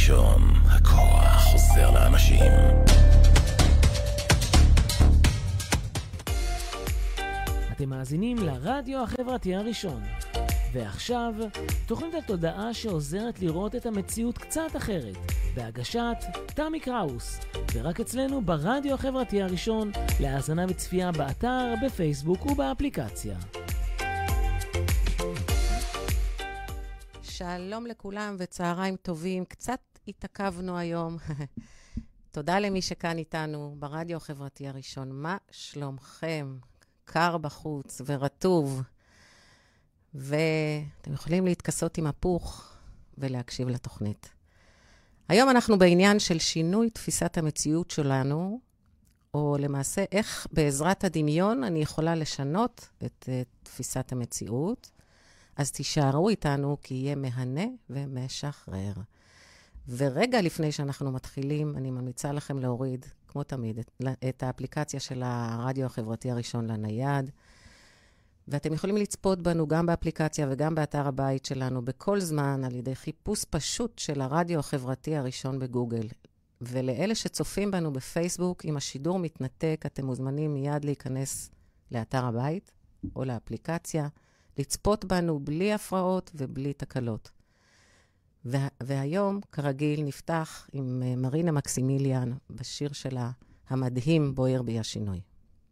ראשון, הכוח חוזר לאנשים. אתם מאזינים לרדיו החברתי הראשון. ועכשיו, תוכנית התודעה שעוזרת לראות את המציאות קצת אחרת, בהגשת תמי קראוס, ורק אצלנו ברדיו החברתי הראשון, להאזנה וצפייה באתר, בפייסבוק ובאפליקציה. שלום לכולם וצהריים טובים, קצת התעכבנו היום. תודה למי שכאן איתנו ברדיו החברתי הראשון. מה שלומכם? קר בחוץ ורטוב. ואתם יכולים להתכסות עם הפוך ולהקשיב לתוכנית. היום אנחנו בעניין של שינוי תפיסת המציאות שלנו, או למעשה איך בעזרת הדמיון אני יכולה לשנות את תפיסת המציאות. אז תישארו איתנו כי יהיה מהנה ומשחרר. ורגע לפני שאנחנו מתחילים, אני ממליצה לכם להוריד, כמו תמיד, את האפליקציה של הרדיו החברתי הראשון לנייד. ואתם יכולים לצפות בנו גם באפליקציה וגם באתר הבית שלנו בכל זמן על ידי חיפוש פשוט של הרדיו החברתי הראשון בגוגל. ולאלה שצופים בנו בפייסבוק, אם השידור מתנתק, אתם מוזמנים מיד להיכנס לאתר הבית או לאפליקציה, לצפות בנו בלי הפרעות ובלי תקלות. והיום, כרגיל, נפתח עם מרינה מקסימיליאן בשיר שלה, המדהים בוער בי השינוי.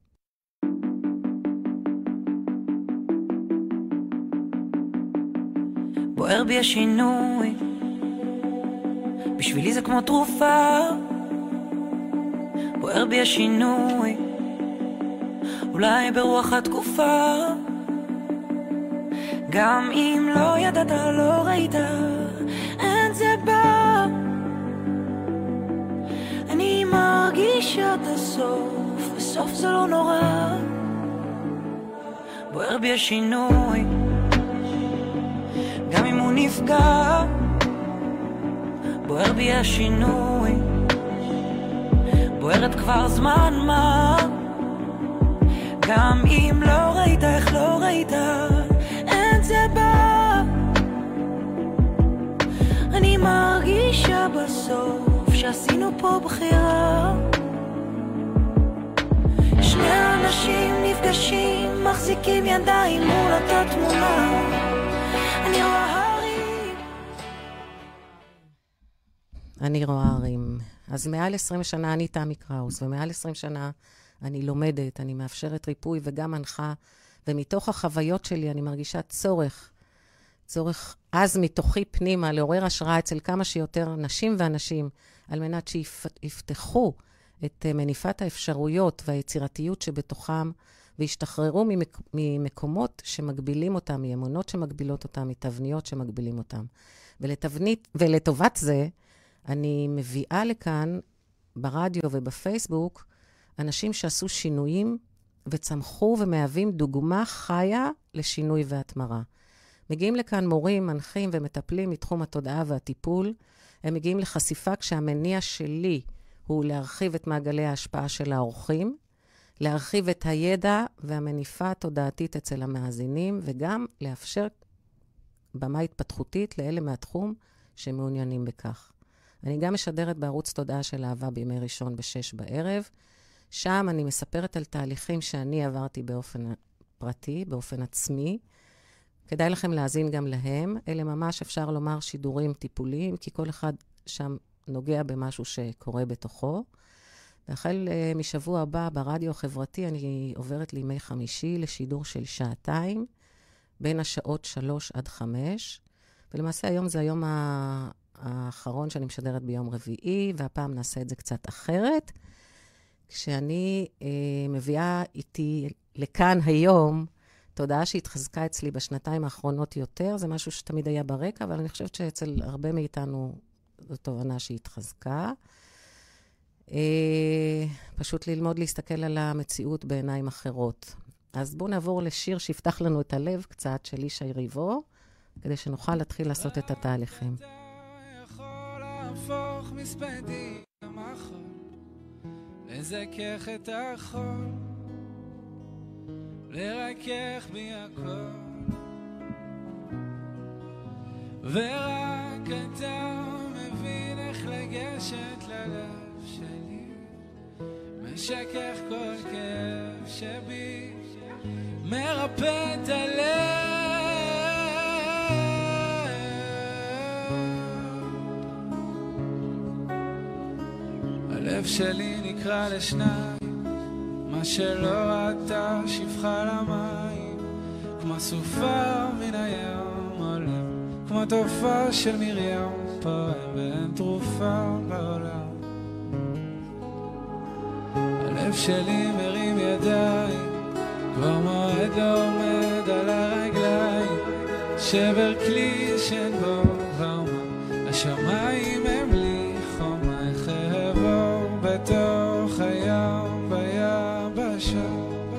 בוער בי השינוי, בשבילי זה כמו תרופה. בוער בי השינוי, אולי ברוח התקופה. גם אם לא ידעת, לא ראית, אין זה בא. אני מרגיש עד הסוף, בסוף זה לא נורא. בוער בי השינוי, גם אם הוא נפגע. בוער בי השינוי, בוערת כבר זמן מה. גם אם לא ראית, איך לא ראית, אין זה בא. אני מרגישה בסוף שעשינו פה בחירה. שני אנשים נפגשים, מחזיקים ידיים מול אותה תמונה. אני רואה הרים. אני רואה הרים. אז מעל 20 שנה אני תמי קראוס, ומעל 20 שנה אני לומדת, אני מאפשרת ריפוי וגם מנחה, ומתוך החוויות שלי אני מרגישה צורך אז מתוכי פנימה, לעורר השראה אצל כמה שיותר נשים ואנשים, על מנת שיפתחו את מניפת האפשרויות והיצירתיות שבתוכם, וישתחררו ממקומות שמגבילים אותם, מאמונות שמגבילות אותם, מתבניות שמגבילים אותם. ולטובת זה, אני מביאה לכאן ברדיו ובפייסבוק, אנשים שעשו שינויים וצמחו ומהווים דוגמה חיה לשינוי והתמרה. מגיעים לכאן מורים, מנחים ומטפלים מתחום התודעה והטיפול. הם מגיעים לחשיפה כשהמניע שלי הוא להרחיב את מעגלי ההשפעה של האורחים, להרחיב את הידע והמניפה התודעתית אצל המאזינים, וגם לאפשר במה התפתחותית לאלה מהתחום שמעוניינים בכך. אני גם משדרת בערוץ תודעה של אהבה בימי ראשון ב-18:00. שם אני מספרת על תהליכים שאני עברתי באופן פרטי, באופן עצמי. כדאי לכם להאזין גם להם. אלה ממש אפשר לומר שידורים טיפוליים, כי כל אחד שם נוגע במשהו שקורה בתוכו. והחל משבוע הבא ברדיו החברתי אני עוברת לימי חמישי לשידור של 2 שעות, בין השעות 3 עד 5. ולמעשה היום זה היום האחרון שאני משדרת ביום רביעי, והפעם נעשה את זה קצת אחרת. כשאני מביאה איתי לכאן היום, תודעה שהתחזקה אצלי בשנתיים האחרונות יותר, זה משהו שתמיד היה ברקע, אבל אני חושבת שאצל הרבה מאיתנו זו תובנה שהתחזקה. פשוט ללמוד להסתכל על המציאות בעיניים אחרות. אז בואו נעבור לשיר שיפתח לנו את הלב קצת, של ישי ריבו, כדי שנוכל להתחיל לעשות את התהליכים. אתה יכול להפוך מספדי למחול, לזכך את החול, לרכך בי הכל, ורק אתה מבין מבין איך לגשת ללב שלי, משכך כל כאב שבי, מרפא את הלב. הלב שלי נקרא לשניים, מה שלא ראתה שפחה למים, כמו סופה מן הים עולם, כמו תופעה של מרים פועם, ואין תרופה בעולם. הלב שלי מרים ידיים, כבר מועד לא עומד על הרגליים, שבר כלי שאין בו ואומה, השמיים הם לי חומה, איך אעבור בתוך הים ביבשה,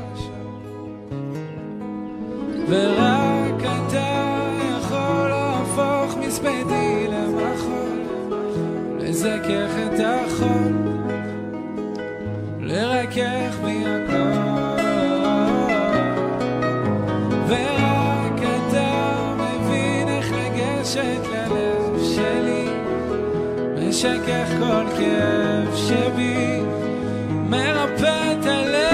ורק אתה יכול להפוך מספדי למחול, לזכך את החול, לרכך בי הכל, ורק אתה מבין איך לגשת ללב שלי, משכך כל כאב שבי, מרפא את הלב.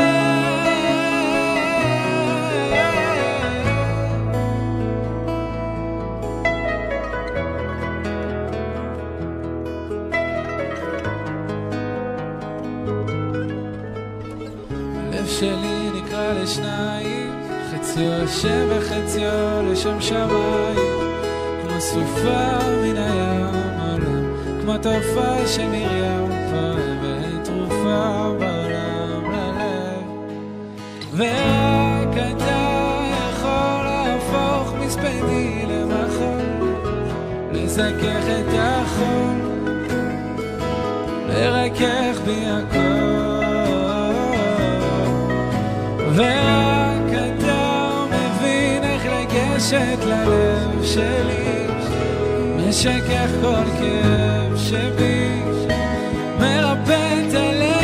הלב שלי נקרא לשניים, חציו השם וחציו לשם שמיים, כמו סופה מן הים עולם, כמו תופעה של מרים פועם, ואין תרופה בעולם ללב, ורק אתה יכול להפוך מספדי למחול, לזכך את החול, לרכך בי הכל, ורק אתה מבין איך לגשת ללב שלי, משכך כל כאב שבי, מרפא את הלב.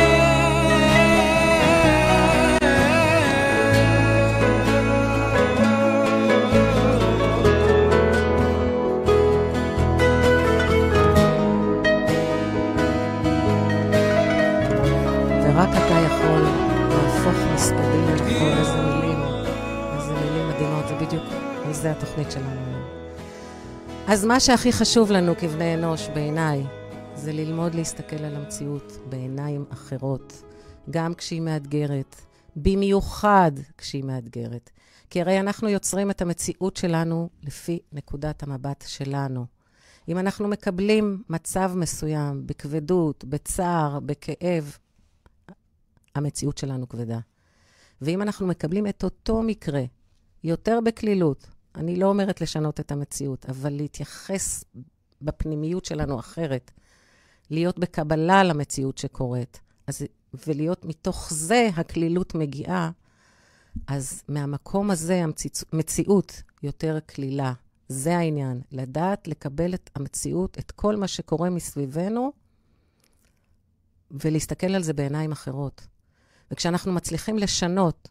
ורק אתה יכול להפוך מספדים למחול. איזה מילים מדהימות, זה בדיוק, וזה התוכנית שלנו היום. אז מה שהכי חשוב לנו כבני אנוש בעיניי, זה ללמוד להסתכל על המציאות בעיניים אחרות, גם כשהיא מאתגרת, במיוחד כשהיא מאתגרת. כי הרי אנחנו יוצרים את המציאות שלנו לפי נקודת המבט שלנו. אם אנחנו מקבלים מצב מסוים, בכבדות, בצער, בכאב, המציאות שלנו כבדה. ואם אנחנו מקבלים את אותו מקרה, יותר בכלילות, אני לא אומרת לשנות את המציאות, אבל להתייחס בפנימיות שלנו אחרת, להיות בקבלה למציאות שקורית, ולהיות מתוך זה הכלילות מגיעה, אז מהמקום הזה המציאות יותר כלילה. זה העניין, לדעת לקבל את המציאות, את כל מה שקורה מסביבנו, ולהסתכל על זה בעיניים אחרות. וכשאנחנו מצליחים לשנות,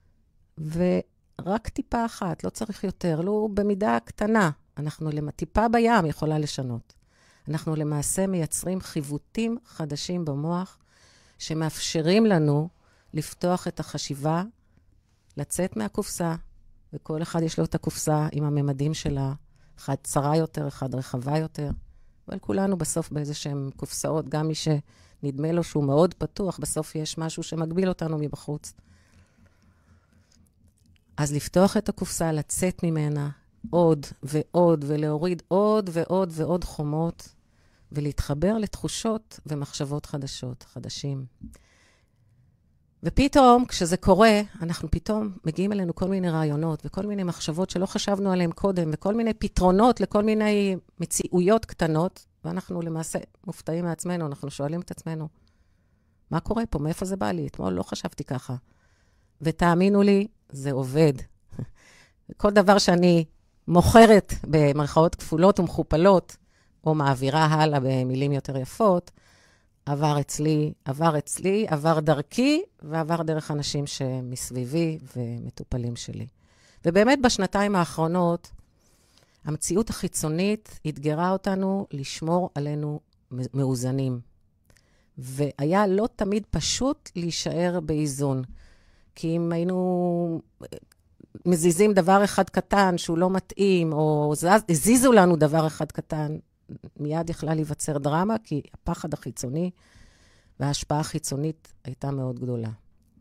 ורק טיפה אחת, לא צריך יותר, לא במידה קטנה, אנחנו טיפה בים יכולה לשנות. אנחנו למעשה מייצרים חיווטים חדשים במוח, שמאפשרים לנו לפתוח את החשיבה, לצאת מהקופסה, וכל אחד יש לו את הקופסה עם הממדים שלה, אחד צרה יותר, אחד רחבה יותר, אבל כולנו בסוף באיזה שהם קופסאות, גם מי שנדמה לו שהוא מאוד פתוח, בסוף יש משהו שמגביל אותנו מבחוץ. אז לפתוח את הקופסה, לצאת ממנה עוד ועוד, ולהוריד עוד ועוד ועוד חומות, ולהתחבר לתחושות ומחשבות חדשים. ופתאום, כשזה קורה, אנחנו פתאום מגיעים אלינו כל מיני רעיונות, וכל מיני מחשבות שלא חשבנו עליהן קודם, וכל מיני פתרונות לכל מיני מציאויות קטנות, ואנחנו למעשה מופתעים מעצמנו, אנחנו שואלים את עצמנו, מה קורה פה? מאיפה זה בא לי? אתמול לא חשבתי ככה. ותאמינו לי, זה עובד. כל דבר שאני מוכרת במרכאות כפולות ומכופלות, או מעבירה הלאה במילים יותר יפות, עבר אצלי, עבר דרכי, ועבר דרך אנשים שמסביבי ומטופלים שלי. ובאמת בשנתיים האחרונות, המציאות החיצונית התגרה אותנו לשמור עלינו מאוזנים. והיה לא תמיד פשוט להישאר באיזון. כי אם היינו מזיזים דבר אחד קטן שהוא לא מתאים, או הזיזו לנו דבר אחד קטן, מיד יכלה להיווצר דרמה, כי הפחד החיצוני וההשפעה החיצונית הייתה מאוד גדולה.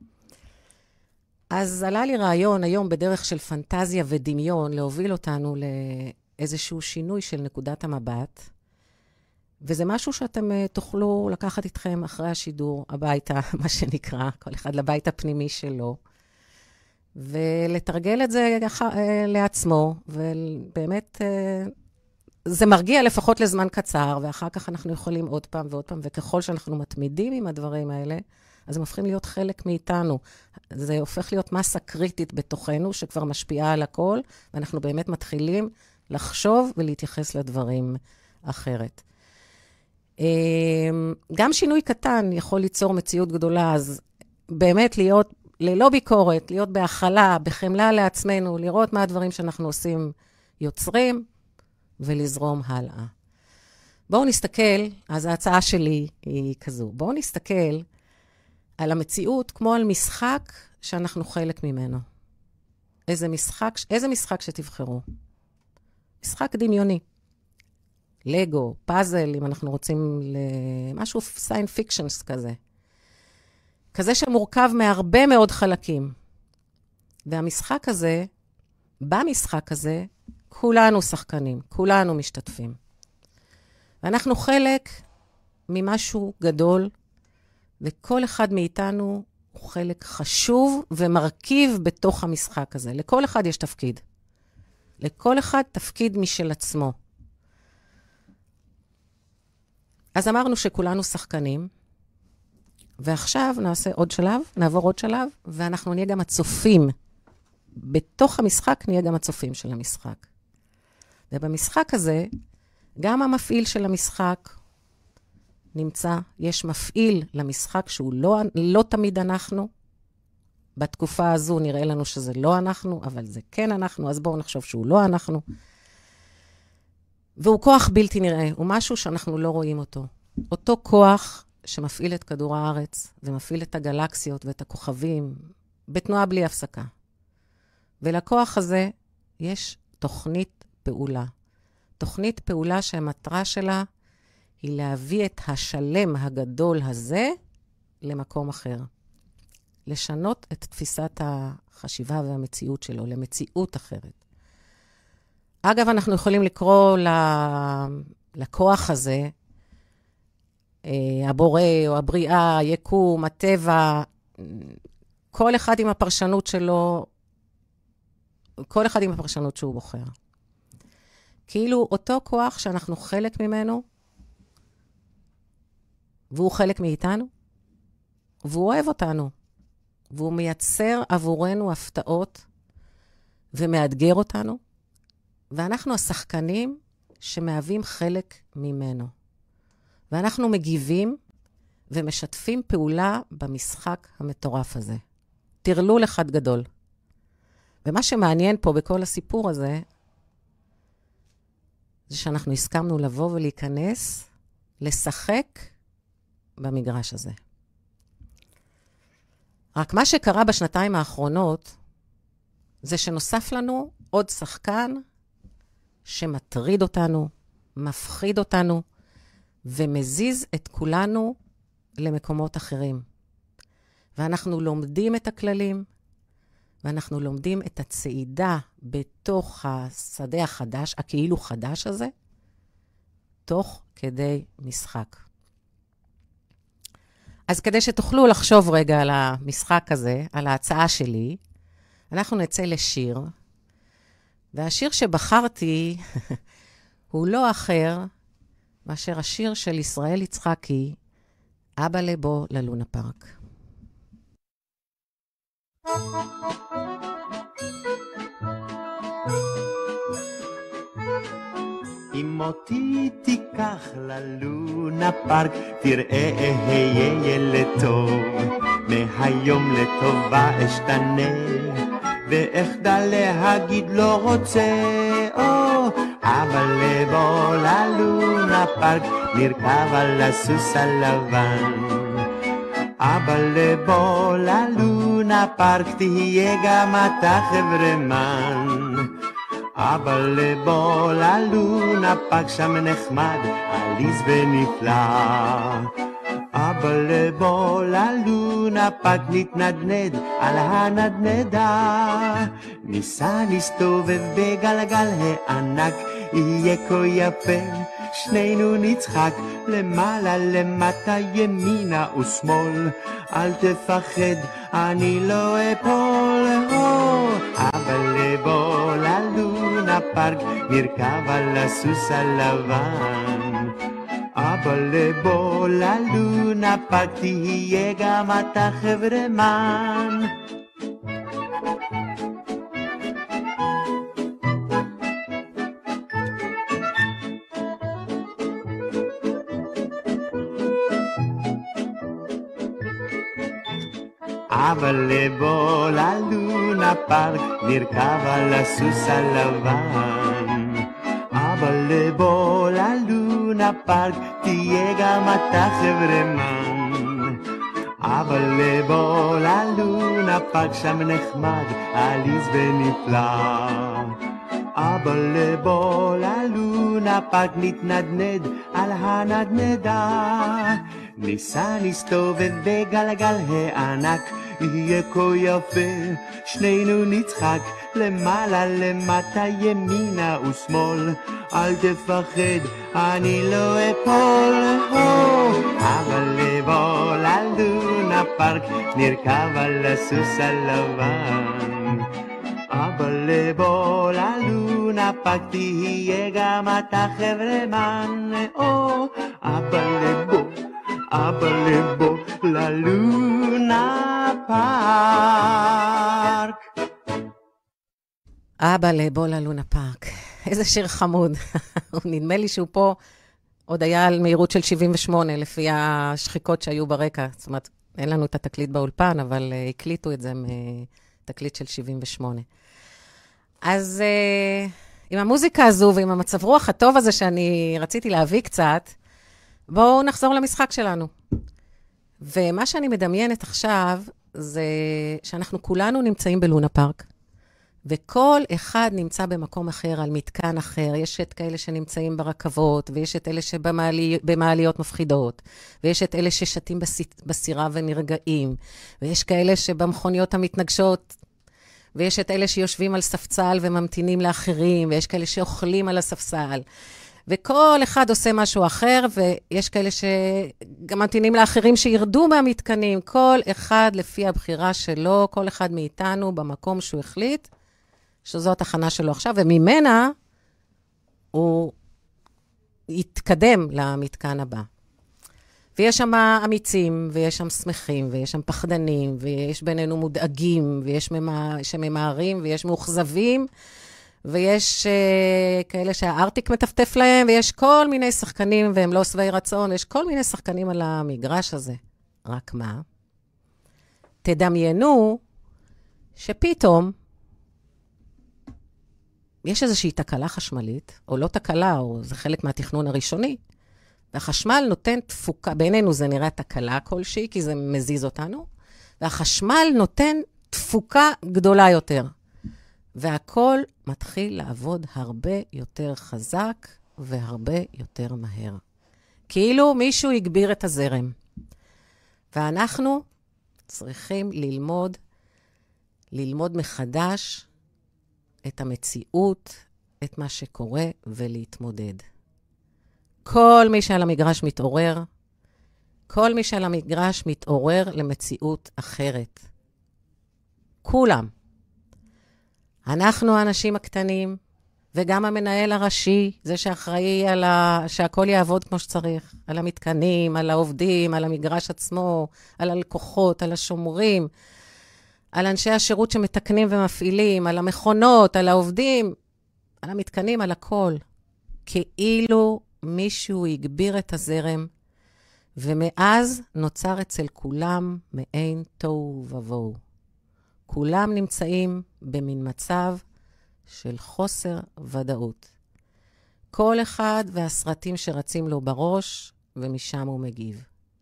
אז עלה לי רעיון היום בדרך של פנטזיה ודמיון, להוביל אותנו לאיזשהו שינוי של נקודת המבט, וזה משהו שאתם תוכלו לקחת איתכם אחרי השידור הביתה, מה שנקרא, כל אחד לבית הפנימי שלו, ולתרגל את זה לעצמו, ובאמת זה מרגיע לפחות לזמן קצר, ואחר כך אנחנו יכולים עוד פעם ועוד פעם, וככל שאנחנו מתמידים עם הדברים האלה, אז הם הופכים להיות חלק מאיתנו. זה הופך להיות מסה קריטית בתוכנו, שכבר משפיעה על הכל, ואנחנו באמת מתחילים לחשוב ולהתייחס לדברים אחרת. גם שינוי קטן יכול ליצור מציאות גדולה, אז באמת להיות ללא ביקורת, להיות בהכלה, בחמלה לעצמנו, לראות מה הדברים שאנחנו עושים יוצרים, ולזרום הלאה. בואו נסתכל, אז ההצעה שלי היא כזו, בואו נסתכל על המציאות כמו על משחק שאנחנו חלק ממנו. איזה משחק שתבחרו. משחק דמיוני. לגו, פאזל, אם אנחנו רוצים למשהו סיינס פיקשנס כזה. כזה שמורכב מהרבה מאוד חלקים. והמשחק הזה, במשחק הזה, כולנו שחקנים, כולנו משתתפים. ואנחנו חלק ממשהו גדול, וכל אחד מאיתנו הוא חלק חשוב ומרכיב בתוך המשחק הזה. לכל אחד יש תפקיד. לכל אחד תפקיד משל עצמו. אז אמרנו שכולנו שחקנים, ועכשיו נעבור עוד שלב, ואנחנו נהיה גם הצופים. בתוך המשחק נהיה גם הצופים של המשחק. ובמשחק הזה, גם המפעיל של המשחק נמצא, יש מפעיל למשחק שהוא לא תמיד אנחנו. בתקופה הזו נראה לנו שזה לא אנחנו, אבל זה כן אנחנו, אז בואו נחשוב שהוא לא אנחנו. והוא כוח בלתי נראה, הוא משהו שאנחנו לא רואים אותו. אותו כוח שמפעיל את כדור הארץ, ומפעיל את הגלקסיות ואת הכוכבים, בתנועה בלי הפסקה. ולכוח הזה יש תוכנית פעולה. תוכנית פעולה שהמטרה שלה היא להביא את השלם הגדול הזה למקום אחר. לשנות את תפיסת החשיבה והמציאות שלו, למציאות אחרת. אגב, אנחנו יכולים לקרוא לכוח הזה, הבורא או הבריאה, היקום, הטבע, כל אחד עם הפרשנות שלו, כל אחד עם הפרשנות שהוא בוחר. כאילו אותו כוח שאנחנו חלק ממנו, והוא חלק מאיתנו, והוא אוהב אותנו, והוא מייצר עבורנו הפתעות, ומאתגר אותנו, ואנחנו השחקנים שמהווים חלק ממנו. ואנחנו מגיבים ומשתפים פעולה במשחק המטורף הזה. תרלול אחד גדול. ומה שמעניין פה בכל הסיפור הזה, זה שאנחנו הסכמנו לבוא ולהיכנס, לשחק במגרש הזה. רק מה שקרה בשנתיים האחרונות, זה שנוסף לנו עוד שחקן שמטריד אותנו, מפחיד אותנו, ומזיז את כולנו למקומות אחרים. ואנחנו לומדים את הכללים, ואנחנו לומדים את הצעידה בתוך השדה החדש, הכאילו חדש הזה, תוך כדי משחק. אז כדי שתוכלו לחשוב רגע על המשחק הזה, על ההצעה שלי, אנחנו נצא לשיר, והשיר שבחרתי הוא לא אחר מאשר השיר של ישראל יצחקי, אבא לבוא ללונה פארק. אם אותי תיקח ללונה פארק, תראה אהיה ילד טוב, מהיום לטובה אשתנה, ואחדל להגיד לא רוצה, או אבל לבוא ללונה פארק, נרכב על הסוס הלבן. אבל לבוא ללונה פארק, תהיה גם אתה חברמן. אבל לבוא ללונה פארק, שם נחמד, עליז ונפלא. אבל לבוא ללונה פארק, נתנדנד על הנדנדה. ניסה נסתובב בגלגל הענק, יהיה כה יפה, שנינו נצחק. למעלה למטה ימינה ושמאל, אל תפחד, אני לא אפול. אבל לבוא ללונה פארק, נרכב על הסוס הלבן. אבל לבוא ללונה פארק, תהיה גם אתה חברמן. אבל לבוא ללונה פארק, נרכב על הסוס הלבן. אבל לבוא ללונה פארק, תהיה גם אתה חברמן. אבל לבוא ללונה פארק, שם נחמד, עליז ונפלא. אבל לבוא ללונה פארק, נתנדנד על הנדנדה. ניסה נסתובב בגלגל הענק, יהיה כה יפה, שנינו נצחק. למעלה למטה ימינה ושמאל, אל תפחד, אני לא אפול. אבל לבוא ללונה פארק, נרכב על הסוס הלבן. אבל לבוא ללונה פארק, תהיה גם אתה חברמן. אבל לבוא ללונה פארק. אבא לבוא ללונה פארק. איזה שיר חמוד. נדמה לי שהוא פה עוד היה על מהירות של 78, לפי השחיקות שהיו ברקע. זאת אומרת, אין לנו את התקליט באולפן, אבל הקליטו את זה מתקליט של 78. אז עם המוזיקה הזו ועם המצב רוח הטוב הזה שאני רציתי להביא קצת, בואו נחזור למשחק שלנו. ומה שאני מדמיינת עכשיו, זה שאנחנו כולנו נמצאים בלונה פארק, וכל אחד נמצא במקום אחר, על מתקן אחר. יש את כאלה שנמצאים ברכבות, ויש את אלה שבמעליות מפחידות, ויש את אלה ששתים בסירה ונרגעים, ויש כאלה שבמכוניות המתנגשות, ויש את אלה שיושבים על ספסל וממתינים לאחרים, ויש כאלה שאוכלים על הספסל. וכל אחד עושה משהו אחר, ויש כאלה שגם ממתינים לאחרים שירדו מהמתקנים. כל אחד לפי הבחירה שלו, כל אחד מאיתנו במקום שהוא החליט, שזו התחנה שלו עכשיו, וממנה הוא יתקדם למתקן הבא. ויש שם אמיצים, ויש שם שמחים, ויש שם פחדנים, ויש בינינו מודאגים, ויש שממהרים, ויש מאוכזבים, ויש כאלה שהארטיק מטפטף להם, ויש כל מיני שחקנים, והם לא שבעי רצון, ויש כל מיני שחקנים על המגרש הזה. רק מה? תדמיינו שפתאום יש איזושהי תקלה חשמלית, או לא תקלה, או זה חלק מהתכנון הראשוני, והחשמל נותן תפוקה, בעינינו זה נראה תקלה כלשהי, כי זה מזיז אותנו, והחשמל נותן תפוקה גדולה יותר. והכל מתחיל לעבוד הרבה יותר חזק והרבה יותר מהר. כאילו מישהו יגביר את הזרם. ואנחנו צריכים ללמוד מחדש את המציאות, את מה שקורה ולהתמודד. כל מי שעל המגרש מתעורר, כל מי שעל המגרש מתעורר למציאות אחרת. כולם. אנחנו האנשים הקטנים, וגם המנהל הראשי, זה שאחראי שהכל יעבוד כמו שצריך, על המתקנים, על העובדים, על המגרש עצמו, על הלקוחות, על השומרים, על אנשי השירות שמתקנים ומפעילים, על המכונות, על העובדים, על המתקנים, על הכל. כאילו מישהו יגביר את הזרם, ומאז נוצר אצל כולם מעין תוהו ובוהו. כולם נמצאים במין מצב של חוסר ודאות. כל אחד והסרטים שרצים לו בראש, ומשם הוא מגיב.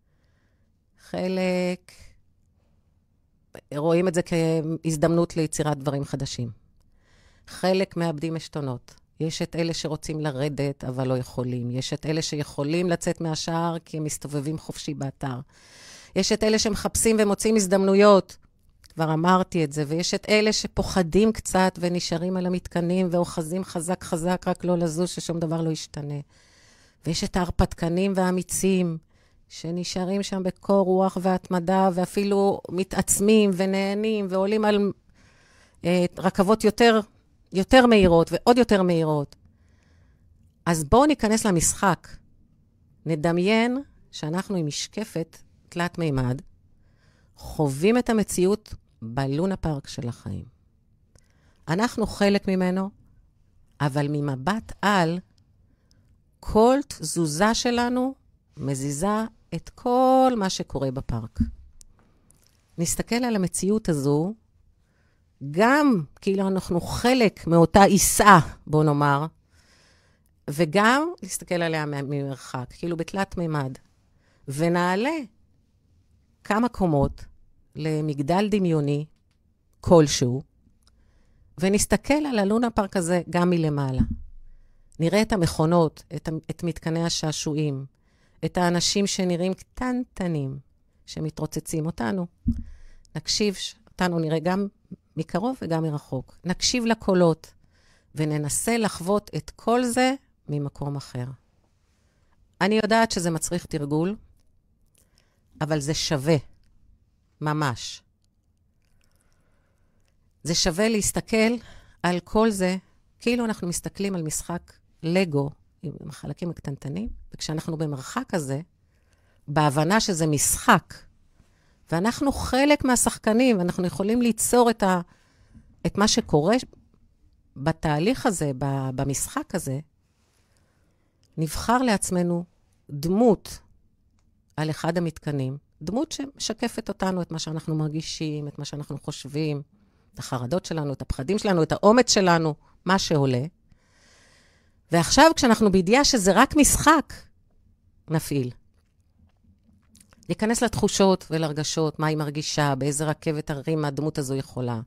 חלק רואים את זה כהזדמנות ליצירת דברים חדשים. חלק מאבדים עשתונות. יש את אלה שרוצים לרדת, אבל לא יכולים. יש את אלה שיכולים לצאת מהשער, כי הם מסתובבים חופשי באתר. יש את אלה שמחפשים ומוצאים הזדמנויות. כבר אמרתי את זה. ויש את אלה שפוחדים קצת ונשארים על המתקנים, ואוחזים חזק חזק, רק לא לזוז, ששום דבר לא ישתנה. ויש את ההרפתקנים והאמיצים, שנשארים שם בקור רוח והתמדה, ואפילו מתעצמים ונהנים, ועולים על רכבות יותר מהירות ועוד יותר מהירות. אז בואו ניכנס למשחק. נדמיין שאנחנו עם משקפת תלת מימד, חווים את המציאות בלונה פארק של החיים. אנחנו חלק ממנו, אבל ממבט על, כל תזוזה שלנו מזיזה את כל מה שקורה בפארק. נסתכל על המציאות הזו, גם כאילו אנחנו חלק מאותה עיסה, בוא נאמר, וגם נסתכל עליה ממרחק, כאילו בתלת מימד. ונעלה כמה קומות למגדל דמיוני כלשהו, ונסתכל על הלונה פארק הזה גם מלמעלה. נראה את המכונות, את מתקני השעשועים, את האנשים שנראים קטנטנים, שמתרוצצים אותנו. נקשיב, אותנו נראה גם מקרוב וגם מרחוק. נקשיב לקולות, וננסה לחוות את כל זה ממקום אחר. אני יודעת שזה מצריך תרגול, אבל זה שווה, ממש. זה שווה להסתכל על כל זה, כאילו אנחנו מסתכלים על משחק לגו, עם החלקים הקטנטנים, וכשאנחנו במרחק הזה, בהבנה שזה משחק, ואנחנו חלק מהשחקנים, ואנחנו יכולים ליצור את מה שקורה בתהליך הזה, במשחק הזה, נבחר לעצמנו דמות על אחד המתקנים, דמות שמשקפת אותנו את מה שאנחנו מרגישים, את מה שאנחנו חושבים, את החרדות שלנו, את הפחדים שלנו, את האומץ שלנו, מה שעולה. ועכשיו כשאנחנו בידיעה שזה רק משחק, נפעיל. ניכנס לתחושות ולרגשות, מה היא מרגישה, באיזה רכבת הרים הדמות הזו יכולה,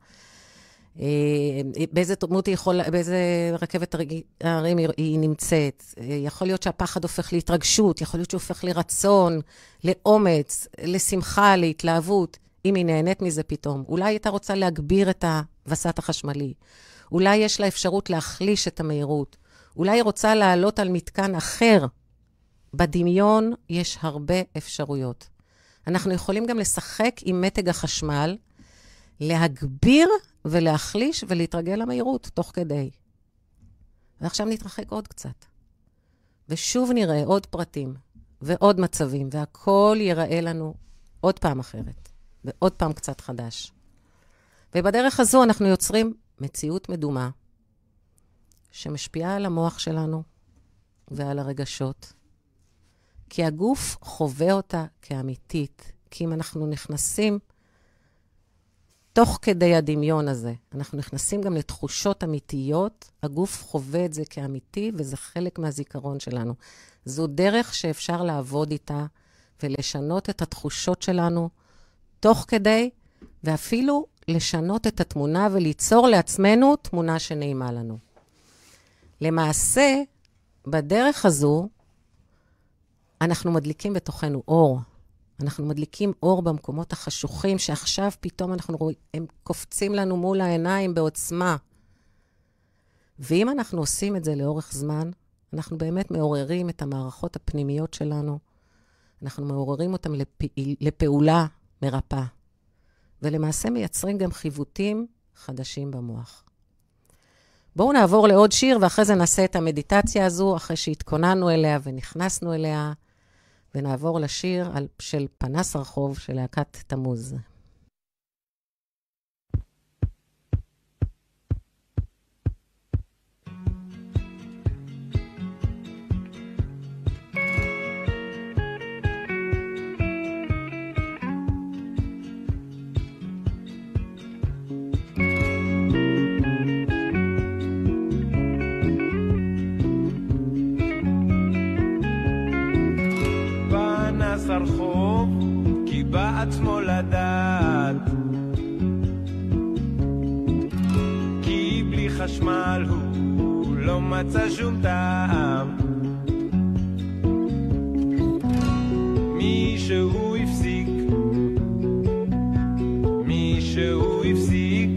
באיזה רכבת הרים היא נמצאת. יכול להיות שהפחד הופך להתרגשות, יכול להיות שהוא הופך לרצון, לאומץ, לשמחה, להתלהבות, אם היא נהנית מזה פתאום. אולי הייתה רוצה להגביר את הווסת החשמלי. אולי יש לה אפשרות להחליש את המהירות. אולי היא רוצה לעלות על מתקן אחר. בדמיון יש הרבה אפשרויות. אנחנו יכולים גם לשחק עם מתג החשמל, להגביר ולהחליש ולהתרגל למהירות תוך כדי. ועכשיו נתרחק עוד קצת. ושוב נראה עוד פרטים ועוד מצבים, והכל ייראה לנו עוד פעם אחרת, ועוד פעם קצת חדש. ובדרך הזו אנחנו יוצרים מציאות מדומה, שמשפיעה על המוח שלנו ועל הרגשות. כי הגוף חווה אותה כאמיתית, כי אם אנחנו נכנסים תוך כדי הדמיון הזה, אנחנו נכנסים גם לתחושות אמיתיות, הגוף חווה את זה כאמיתי, וזה חלק מהזיכרון שלנו. זו דרך שאפשר לעבוד איתה, ולשנות את התחושות שלנו, תוך כדי, ואפילו לשנות את התמונה, וליצור לעצמנו תמונה שנעימה לנו. למעשה, בדרך הזו, אנחנו מדליקים בתוכנו אור. אנחנו מדליקים אור במקומות החשוכים, שעכשיו פתאום אנחנו רואים, הם קופצים לנו מול העיניים בעוצמה. ואם אנחנו עושים את זה לאורך זמן, אנחנו באמת מעוררים את המערכות הפנימיות שלנו, אנחנו מעוררים אותם לפעולה מרפאה, ולמעשה מייצרים גם חיוותים חדשים במוח. בואו נעבור לעוד שיר, ואחרי זה נעשה את המדיטציה הזו, אחרי שהתכוננו אליה ונכנסנו אליה, ונעבור לשיר של פנס רחוב של להקת תמוז. לרחוב, כי בעצמו לדעת, כי בלי חשמל הוא לא מצא שום טעם. מישהו הפסיק, מישהו הפסיק,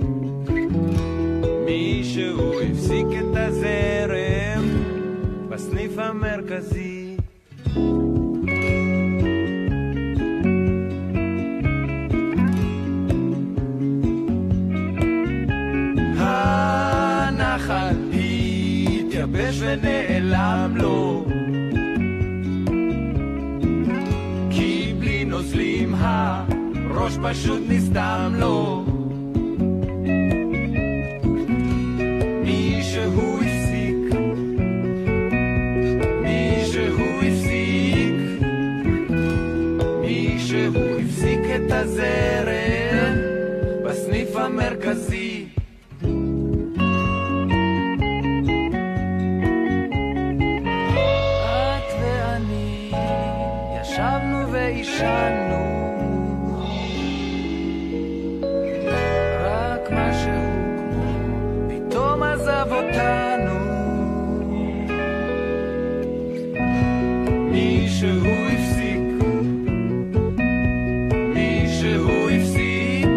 מישהו הפסיק את הזרם בסניף המרכזי. הנחל התייבש ונעלם לו, כי בלי נוזלים הראש פשוט נסתם לו. מישהו הפסיק, מישהו הפסיק, מישהו הפסיק את הזרם בסניף המרכזי. את ואני ישבנו וישנו, רק משהו פתאום עזב אותנו. מישהו הפסיק, מישהו הפסיק,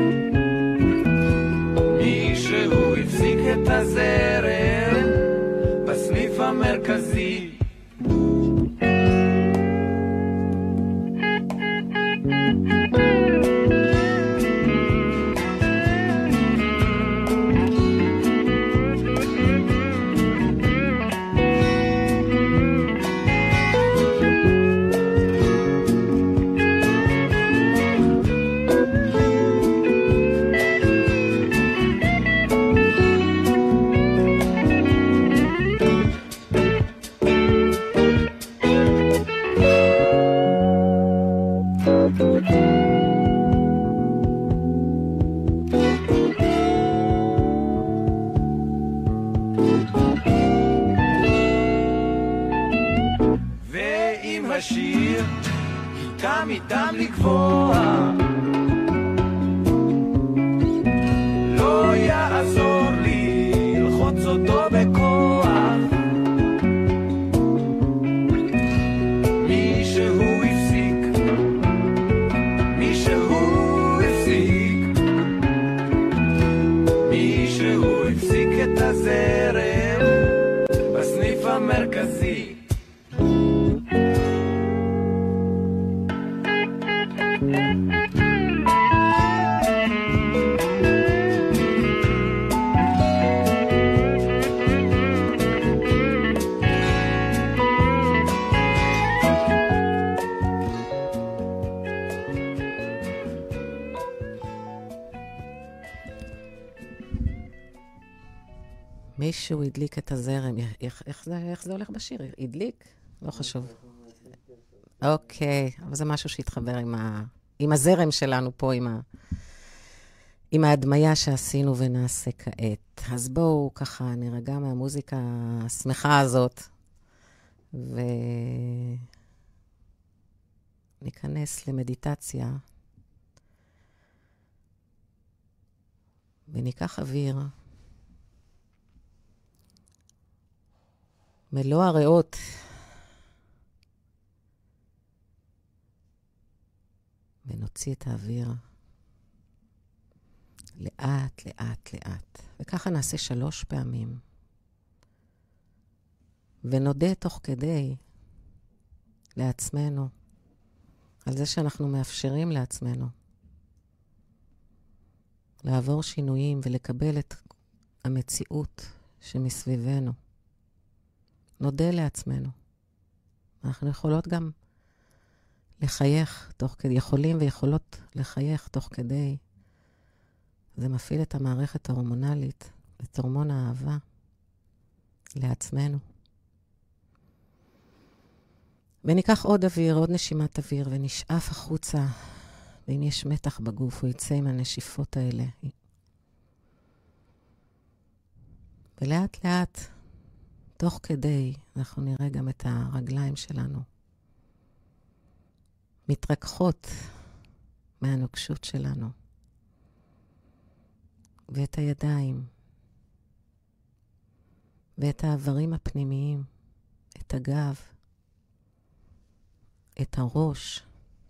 מישהו הפסיק את הזרם בסניף המרכזי. השיר איתם איתם לגבוה, לא יעזור לי ללחוץ אותו בכוח. מישהו הפסיק, מישהו הפסיק, מישהו הפסיק את הזרם בסניף המרכזי. מישהו הדליק את הזרם. איך זה הולך בשיר? הדליק? לא חשוב. אוקיי, אבל זה משהו שהתחבר עם הזרם שלנו פה, עם ההדמיה שעשינו ונעשה כעת. אז בואו ככה נרגע מהמוזיקה השמחה הזאת, וניכנס למדיטציה, וניקח אוויר. מלוא הריאות. ונוציא את האוויר. לאט, לאט, לאט. וככה נעשה 3 פעמים. ונודה תוך כדי לעצמנו, על זה שאנחנו מאפשרים לעצמנו לעבור שינויים ולקבל את המציאות שמסביבנו. נודה לעצמנו. אנחנו יכולות גם לחייך תוך כדי, יכולים ויכולות לחייך תוך כדי. זה מפעיל את המערכת ההורמונלית, את הורמון האהבה לעצמנו. וניקח עוד אוויר, עוד נשימת אוויר, ונשאף החוצה. ואם יש מתח בגוף, הוא יצא עם הנשיפות האלה. ולאט לאט, תוך כדי, אנחנו נראה גם את הרגליים שלנו מתרככות מהנוקשות שלנו. ואת הידיים, ואת העברים הפנימיים, את הגב, את הראש.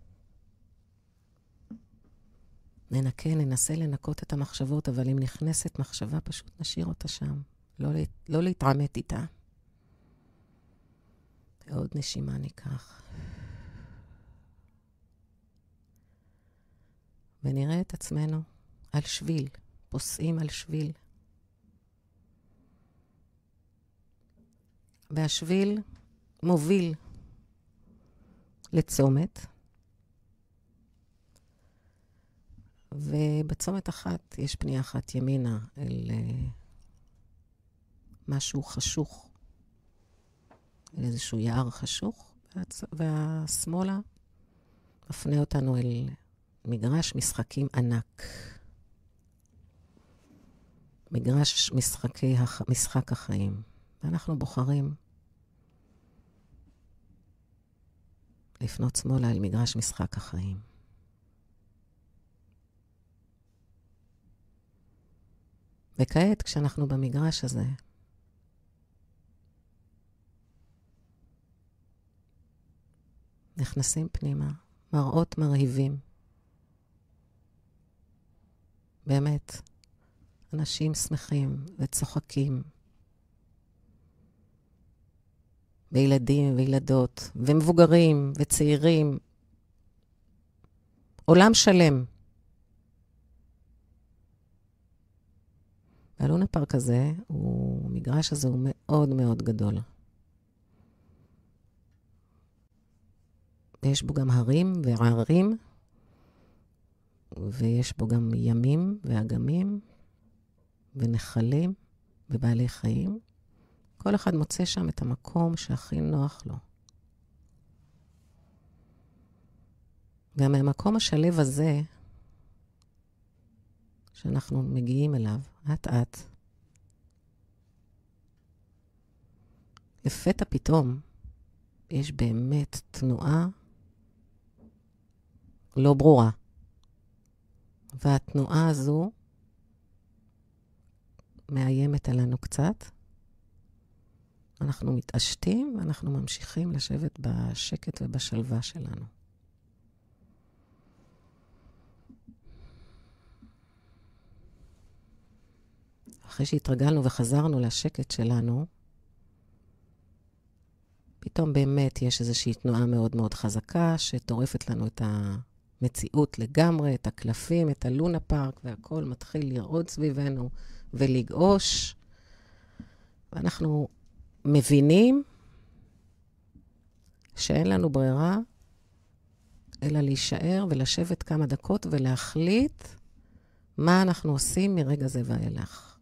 ננסה לנקות את המחשבות, אבל אם נכנסת מחשבה, פשוט נשאיר אותה שם. לא להתעמת איתה. עוד נשימה ניקח. ונראה את עצמנו על שביל, פוסעים על שביל. והשביל מוביל לצומת. ובצומת אחת יש פנייה אחת ימינה אל משהו חשוך, אל איזשהו יער חשוך, והשמאלה מפנה אותנו אל מגרש משחקים ענק. מגרש משחק החיים. ואנחנו בוחרים לפנות שמאלה אל מגרש משחק החיים. וכעת, כשאנחנו במגרש הזה, נכנסים פנימה, מראות מרהיבים. באמת, אנשים שמחים וצוחקים. וילדים וילדות, ומבוגרים וצעירים. עולם שלם. והלונה פארק הזה, המגרש הזה הוא מאוד מאוד גדול. ויש בו גם הרים וערים, ויש בו גם ימים ואגמים, ונחלים ובעלי חיים. כל אחד מוצא שם את המקום שהכי נוח לו. ומהמקום השלב הזה, שאנחנו מגיעים אליו, עט, לפתע פתאום, יש באמת תנועה לא ברורה. והתנועה הזו מאיימת עלינו קצת. אנחנו מתעשתים ואנחנו ממשיכים לשבת בשקט ובשלווה שלנו. אחרי שהתרגלנו וחזרנו לשקט שלנו, פתאום באמת יש איזושהי תנועה מאוד מאוד חזקה שטורפת לנו את המציאות לגמרי, את הקלפים, את הלונה פארק, והכל מתחיל לרעוד סביבנו ולגעוש. ואנחנו מבינים שאין לנו ברירה אלא להישאר ולשבת כמה דקות ולהחליט מה אנחנו עושים מרגע זה ואילך.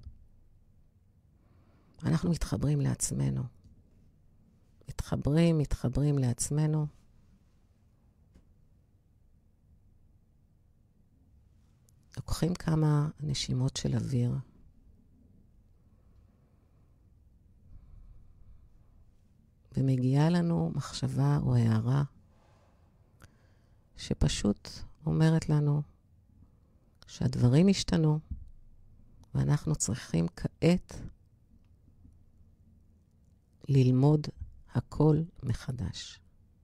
אנחנו מתחברים לעצמנו. מתחברים לעצמנו. לוקחים כמה נשימות של אוויר. ומגיעה לנו מחשבה או הערה שפשוט אומרת לנו שהדברים השתנו ואנחנו צריכים כעת ללמוד הכל מחדש.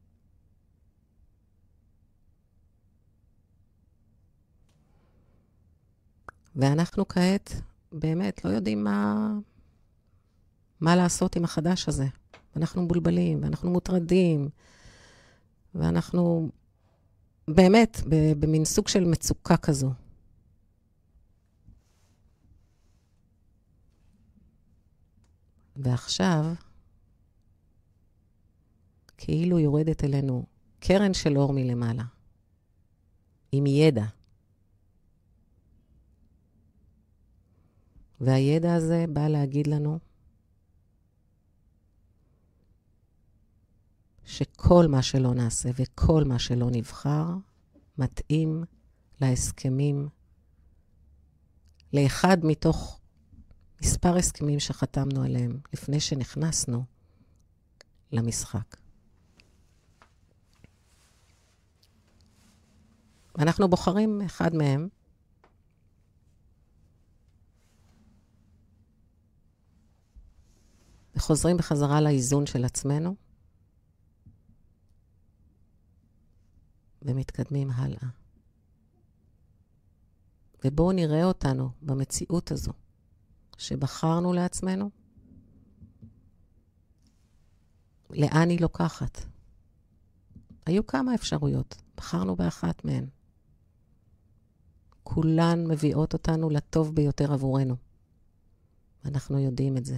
ואנחנו כעת באמת לא יודעים מה לעשות עם החדש הזה. ואנחנו מבולבלים, ואנחנו מוטרדים, ואנחנו באמת במין סוג של מצוקה כזו. ועכשיו, כאילו יורדת אלינו קרן של אור מלמעלה, עם ידע. והידע הזה בא להגיד לנו שכל מה שלא נעשה וכל מה שלא נבחר מתאים להסכמים, לאחד מתוך מספר הסכמים שחתמנו עליהם לפני שנכנסנו למשחק. אנחנו בוחרים אחד מהם, וחוזרים בחזרה לאיזון של עצמנו, ומתקדמים הלאה. ובואו נראה אותנו במציאות הזו, שבחרנו לעצמנו, לאן היא לוקחת. היו כמה אפשרויות, בחרנו באחת מהן. כולן מביאות אותנו לטוב ביותר עבורנו. אנחנו יודעים את זה.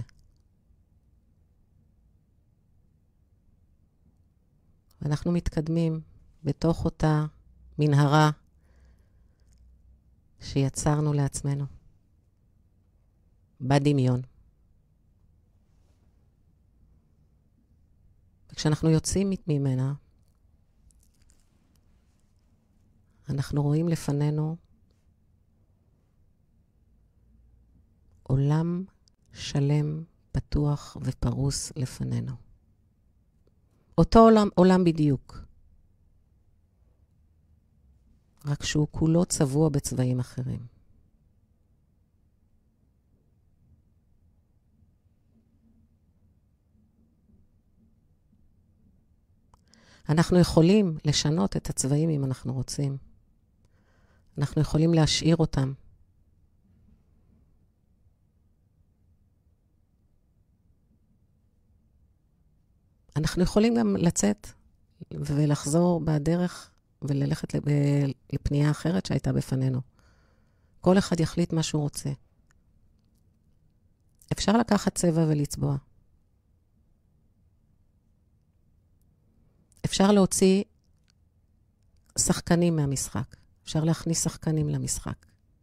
ואנחנו מתקדמים בתוך אותה מנהרה שיצרנו לעצמנו. בדמיון. וכשאנחנו יוצאים ממנה, אנחנו רואים לפנינו עולם שלם, פתוח ופרוס לפנינו. אותו עולם בדיוק. רק שהוא כולו צבוע בצבעים אחרים. אנחנו יכולים לשנות את הצבעים אם אנחנו רוצים. אנחנו יכולים להשאיר אותם. אנחנו יכולים גם לצאת ולחזור בדרך וללכת לפנייה אחרת שהייתה בפנינו. כל אחד יחליט מה שהוא רוצה. אפשר לקחת צבע ולצבוע. אפשר להוציא שחקנים מהמשחק. אפשר להכניס שחקנים למשחק.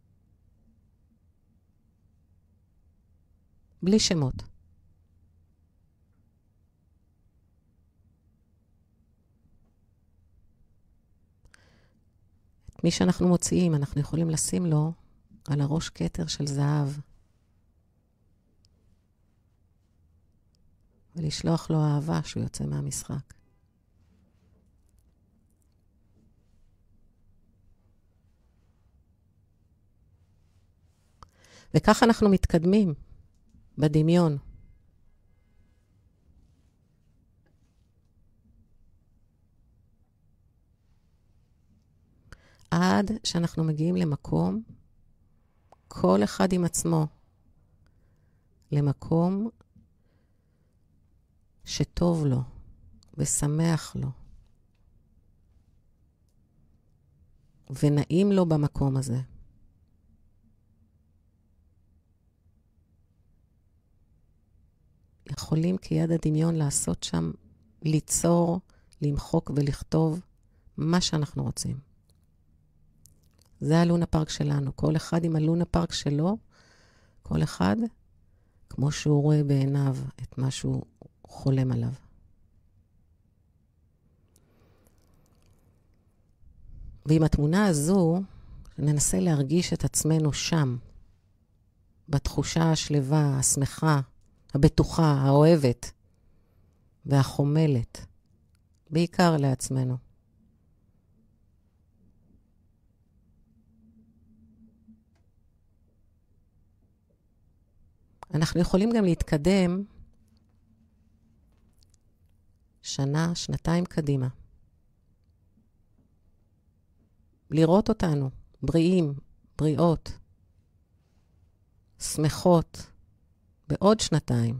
בלי שמות. את מי שאנחנו מוציאים, אנחנו יכולים לשים לו על הראש כתר של זהב. ולשלוח לו אהבה שהוא יוצא מהמשחק. וכך אנחנו מתקדמים בדמיון. עד שאנחנו מגיעים למקום, כל אחד עם עצמו, למקום שטוב לו ושמח לו. ונעים לו במקום הזה. יכולים כיד הדמיון לעשות שם, ליצור, למחוק ולכתוב מה שאנחנו רוצים. זה הלונה פארק שלנו. כל אחד עם הלונה פארק שלו, כל אחד כמו שהוא רואה בעיניו את מה שהוא חולם עליו. ועם התמונה הזו, ננסה להרגיש את עצמנו שם, בתחושה השלווה, השמחה, הבטוחה, האוהבת והחומלת, בעיקר לעצמנו. אנחנו יכולים גם להתקדם שנה, שנתיים קדימה. לראות אותנו בריאים, בריאות, שמחות, בעוד שנתיים.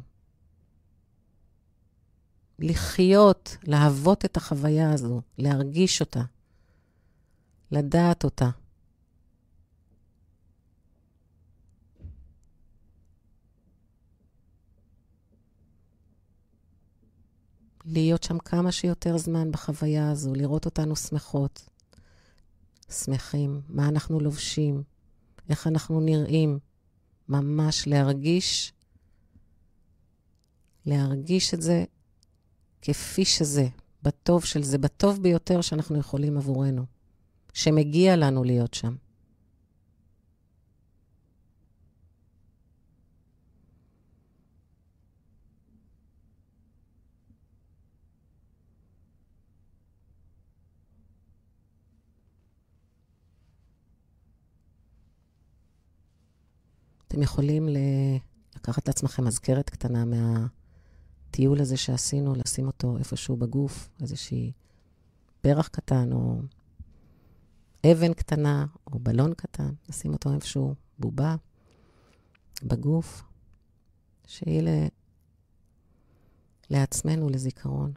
לחיות, להוות את החוויה הזו, להרגיש אותה, לדעת אותה. להיות שם כמה שיותר זמן בחוויה הזו, לראות אותנו שמחות, שמחים, מה אנחנו לובשים, איך אנחנו נראים, ממש להרגיש את זה כפי שזה, בטוב של זה, בטוב ביותר שאנחנו יכולים עבורנו, שמגיע לנו להיות שם. אתם יכולים לקחת לעצמכם מזכרת קטנה מהטיול הזה שעשינו, לשים אותו איפשהו בגוף, איזושהי פרח קטן או אבן קטנה או בלון קטן, לשים אותו איפשהו בובה בגוף, שיהיה לעצמנו לזיכרון.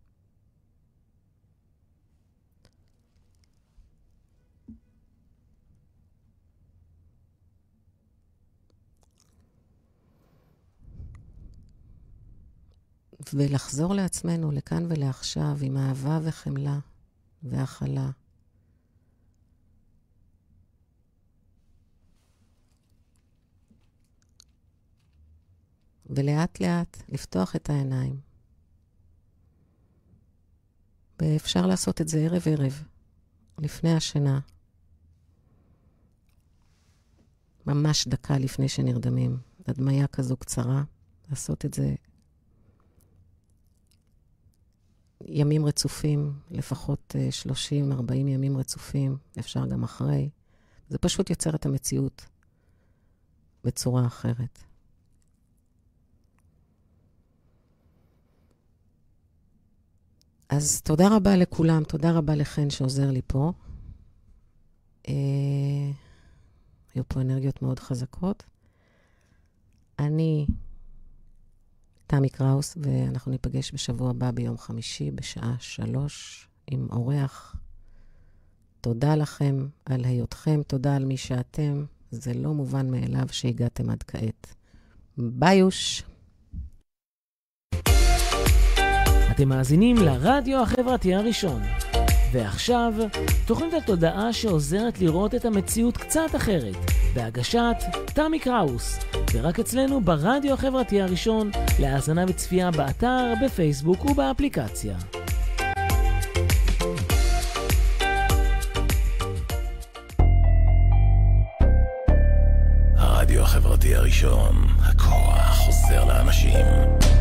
ולחזור לעצמנו לכאן ולעכשיו עם אהבה וחמלה והכלה. ולאט לאט לפתוח את העיניים. ואפשר לעשות את זה ערב ערב, לפני השינה. ממש דקה לפני שנרדמים. הדמיה כזו קצרה, לעשות את זה ימים רצופים, לפחות 30-40 ימים רצופים, אפשר גם אחרי. זה פשוט יוצר את המציאות בצורה אחרת. אז תודה רבה לכולם, תודה רבה לכן שעוזר לי פה. היו פה אנרגיות מאוד חזקות. אני תמי קראוס, ואנחנו ניפגש בשבוע הבא ביום חמישי בשעה 3 עם אורח. תודה לכם על היותכם, תודה על מי שאתם. זה לא מובן מאליו שהגעתם עד כעת. ביוש. אתם מאזינים לרדיו החברתי הראשון. ועכשיו, תוכנית התודעה שעוזרת לראות את המציאות קצת אחרת, בהגשת תמי קראוס, ורק אצלנו ברדיו החברתי הראשון, להאזנה וצפייה באתר, בפייסבוק ובאפליקציה. הרדיו החברתי הראשון, הכוח חוזר לאנשים.